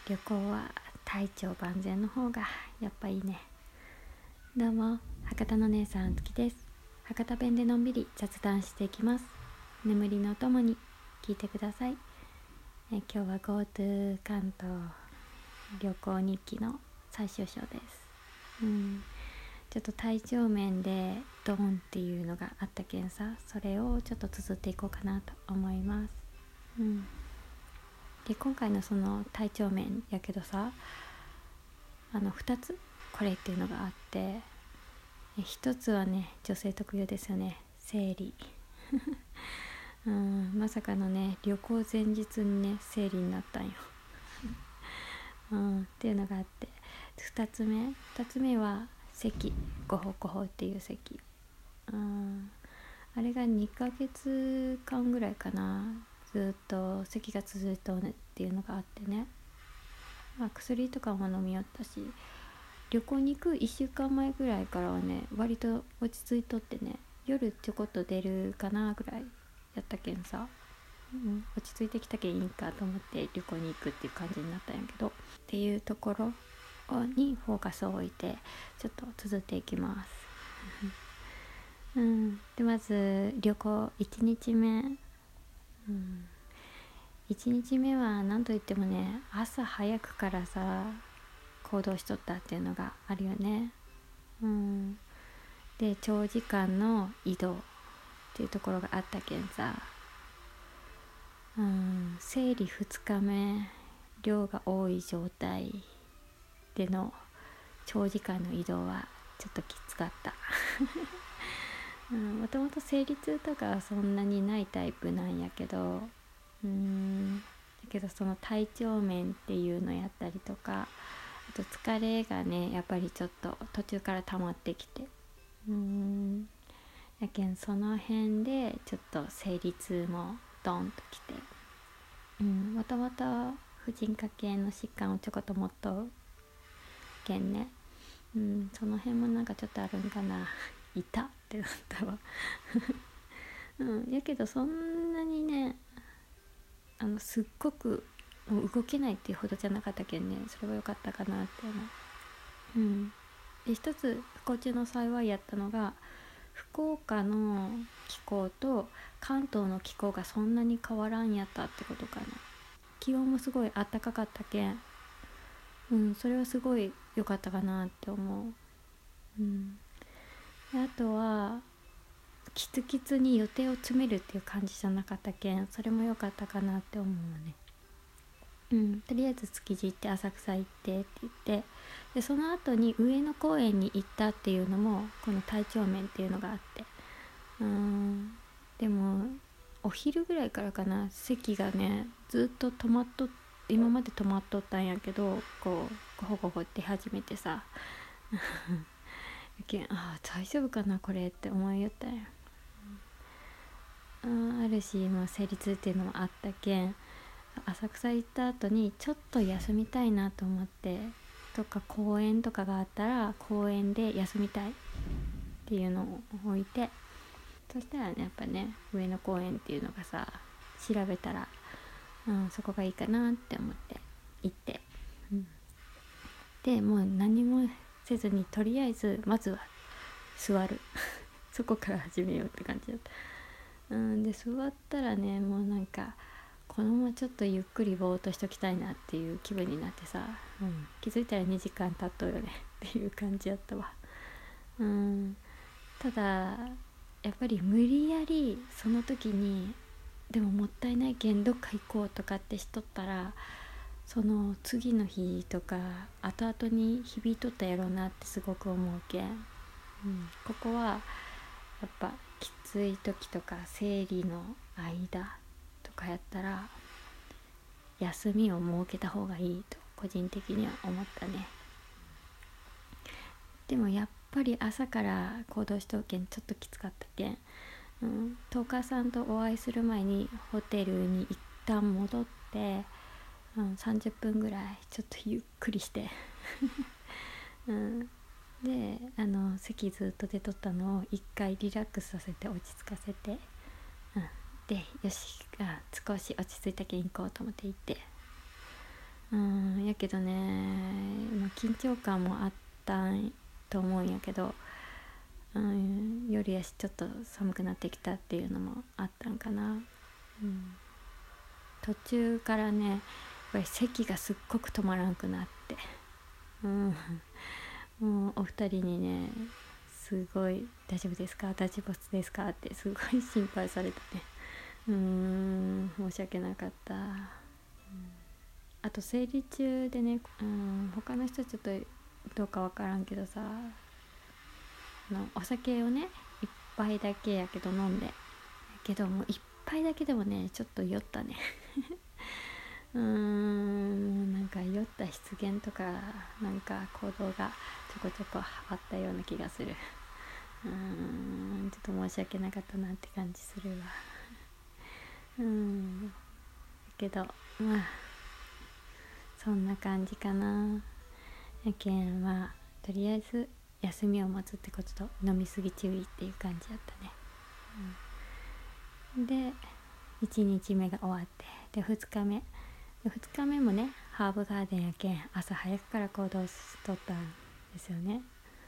旅行は体調万全の方がやっぱいいね。どうも、博多の姉さん月です。博多弁でのんびり雑談していきます。眠りのともに聞いてください。今日は GoTo 関東旅行日記の最終章です。ちょっと体調面でドーンっていうのがあったけんさ、それをちょっと綴っていこうかなと思います。で、今回のその体調面やけどさ、2つこれっていうのがあって、一つはね、女性特有ですよね、生理まさかのね、旅行前日にね生理になったんよっていうのがあって、2つ目は咳、ゴホゴホっていう咳。あれが2ヶ月間ぐらいかな、ずっと咳が続いたねっていうのがあってね、薬とかも飲みよったし、旅行に行く1週間前ぐらいからはね、割と落ち着いとってね、夜ちょこっと出るかなぐらいやったけんさ、落ち着いてきたけんいいかと思って旅行に行くっていう感じになったんやけど、っていうところにフォーカスを置いてちょっと綴っていきますで、まず旅行1日目、1日目は何といってもね、朝早くからさ行動しとったっていうのがあるよね。で、長時間の移動っていうところがあったけんさ、生理2日目、量が多い状態での長時間の移動はちょっときつかったもともと生理痛とかはそんなにないタイプなんやけど、だけどその体調面っていうのやったりとか、あと疲れがね、やっぱりちょっと途中から溜まってきて、やけんその辺でちょっと生理痛もドンときて、もともと婦人科系の疾患をちょこっと持っとけんね、その辺もなんかちょっとあるんかな、いたってなったわやけどそんなにね、すっごく動けないっていうほどじゃなかったけんね、それは良かったかなって思う。で、一つ不幸中の幸いやったのが、福岡の気候と関東の気候がそんなに変わらんやったってことかな。気温もすごい暖かかったけん、それはすごい良かったかなって思う。で、あとはキツキツに予定を詰めるっていう感じじゃなかったけん、それも良かったかなって思うね。とりあえず築地行って浅草行ってって言って、でその後に上野公園に行ったっていうのもこの体調面っていうのがあって、でもお昼ぐらいからかな、席がねずっと止まっと、今まで止まっとったんやけど、こうゴホゴホって始めてさ大丈夫かなこれって思いよったんや。あるし、生理痛っていうのもあったけん、浅草行った後にちょっと休みたいなと思って、とか公園とかがあったら公園で休みたいっていうのを置いて、そしたらね、やっぱね、上野公園っていうのがさ、調べたら、そこがいいかなって思って行って、でもう何もせずに、とりあえずまずは座るそこから始めようって感じだった。で座ったらね、もうなんかこのままちょっとゆっくりぼーっとしときたいなっていう気分になってさ、気づいたら2時間経っとるよねっていう感じやったわ。ただやっぱり無理やりその時に、でももったいないけんどっか行こうとかってしとったら、その次の日とか後々に響いとったやろうなってすごく思うけん、ここはやっぱきつい時とか生理の間とかやったら休みを設けた方がいいと個人的には思ったね。でもやっぱり朝から行動しとうけんちょっときつかったけん、トーカーさんとお会いする前にホテルに一旦戻って、30分ぐらいちょっとゆっくりしてで、席ずっと出とったのを一回リラックスさせて落ち着かせて、でよし、少し落ち着いたけん行こうと思って行って、 やけどね、緊張感もあったんと思うんやけど、夜やしちょっと寒くなってきたっていうのもあったんかな。途中からねやっぱり咳がすっごく止まらんくなって、もうお二人にねすごい大丈夫ですか大丈夫ですかってすごい心配されてね、申し訳なかった。あと生理中でね、他の人ちょっとどうかわからんけどさ、お酒をね一杯だけやけど飲んで、けどもう一杯だけでもねちょっと酔ったねなんか酔った失言とかなんか行動がちょこちょこあったような気がする。ちょっと申し訳なかったなって感じするわ。だけどまあそんな感じかな。やけんとりあえず休みを持つってことと飲みすぎ注意っていう感じだったね。で1日目が終わって、で2日目もねハーブガーデンやけん朝早くから行動しとったんですよね。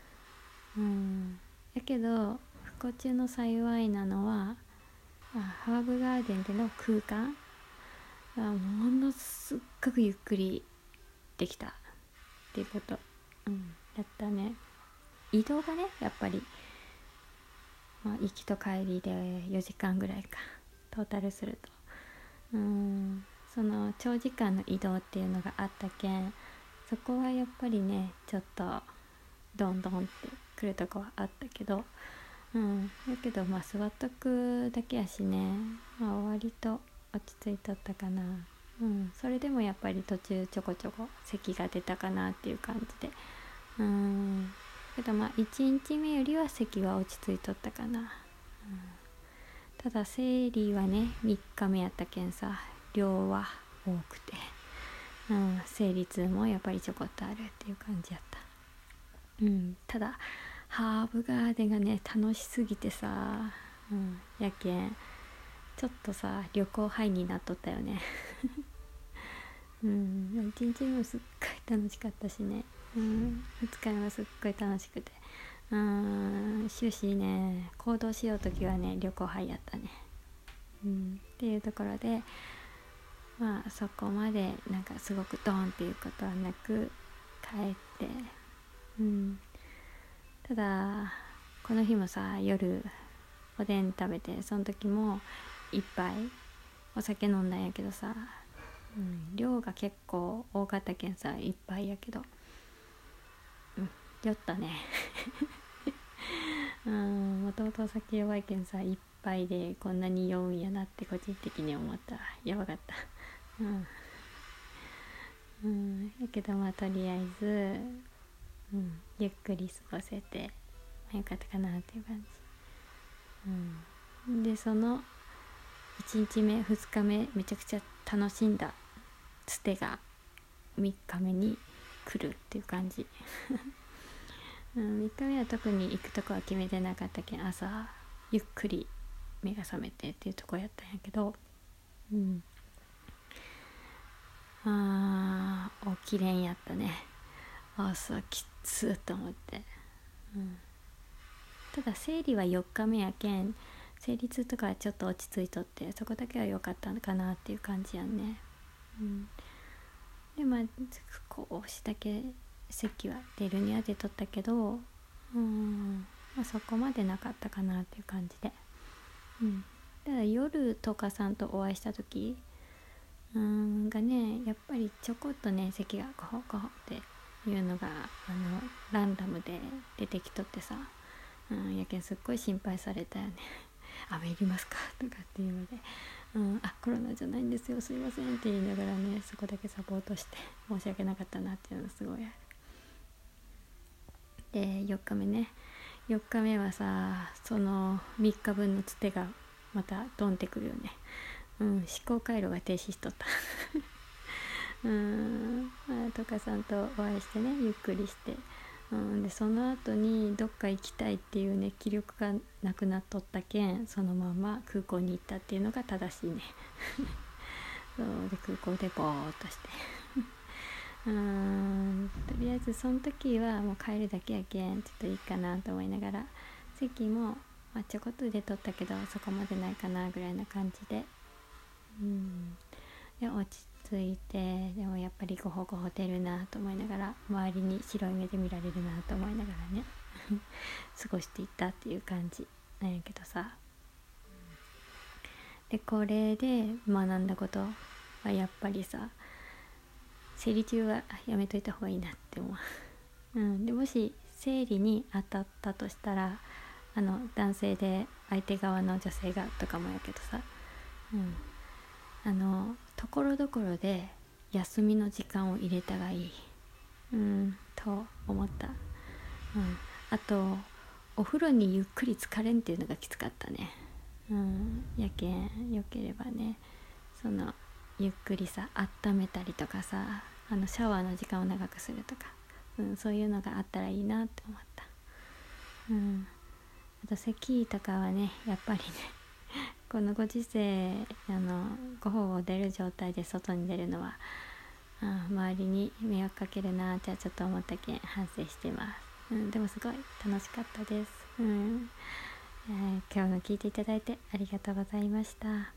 やけど不幸中の幸いなのは、ハーブガーデンでの空間ものすっごくゆっくりできたっていうこと、やったね。移動がねやっぱり、行きと帰りで4時間ぐらいかトータルすると、その長時間の移動っていうのがあったけん、そこはやっぱりねちょっとドンドンってくるとこはあったけど、だけど座っとくだけやしね、割と落ち着いとったかな。それでもやっぱり途中ちょこちょこ咳が出たかなっていう感じで、けど1日目よりは咳は落ち着いとったかな。ただ生理はね3日目やったけんさ量は多くて、生理痛もやっぱりちょこっとあるっていう感じやった。ただハーブガーデンがね楽しすぎてさ、やけんちょっとさ旅行ハイになっとったよね1日目もすっごい楽しかったしね、2日目もすっごい楽しくて、終始ね行動しようときはね旅行ハイやったね。っていうところでそこまでなんかすごくドーンっていうことはなく帰って、ただこの日もさ夜おでん食べて、その時も一杯お酒飲んだんやけどさ、量が結構多かったけんさ一杯やけど、酔ったねもともとお酒弱いけんさ一杯でこんなに酔うんやなって個人的に思った。やばかった。やけどとりあえず、ゆっくり過ごせてよかったかなっていう感じ。でその1日目2日目めちゃくちゃ楽しんだつてが3日目に来るっていう感じ3日目は特に行くとこは決めてなかったけん朝ゆっくり目が覚めてっていうとこやったんやけど、起きれんやったね。朝きつーと思って、ただ生理は4日目やけん生理痛とかはちょっと落ち着いとって、そこだけは良かったのかなっていう感じやんね。で少しだけ咳は出るには出とったけど、そこまでなかったかなっていう感じで、ただ夜とかさんとお会いした時がねやっぱりちょこっとね咳がゴホゴホっていうのがランダムで出てきとってさ、やけんすっごい心配されたよね雨いりますかとかっていうので、コロナじゃないんですよすいませんって言いながらねそこだけサポートして申し訳なかったなっていうのすごいある。で4日目はさその3日分のつてがまたドンってくるよね。思考回路が停止しとったとかさんとお会いしてねゆっくりして、でその後にどっか行きたいっていうね気力がなくなっとったけんそのまま空港に行ったっていうのが正しいねそうで空港でボーっとしてとりあえずその時はもう帰るだけやけんちょっといいかなと思いながら、席も、ちょこっとで取ったけどそこまでないかなぐらいな感じで、で落ち着いて、でもやっぱりゴホゴホ出るなと思いながら、周りに白い目で見られるなと思いながらね過ごしていったっていう感じなんやけどさ。でこれで学んだことはやっぱりさ、生理中はやめといた方がいいなって思うでもし生理に当たったとしたら、男性で相手側の女性がとかもやけどさ、ところどころで休みの時間を入れたがいいと思った。あとお風呂にゆっくり浸かれんっていうのがきつかったね。やけんよければね、そのゆっくりさ温めたりとかさ、シャワーの時間を長くするとか、そういうのがあったらいいなって思った。あと咳とかはね、やっぱりねこのご時世ごほを出る状態で外に出るのは、周りに迷惑かけるなってちょっと思ったけん反省してます。でもすごい楽しかったです。今日の聞いていただいてありがとうございました。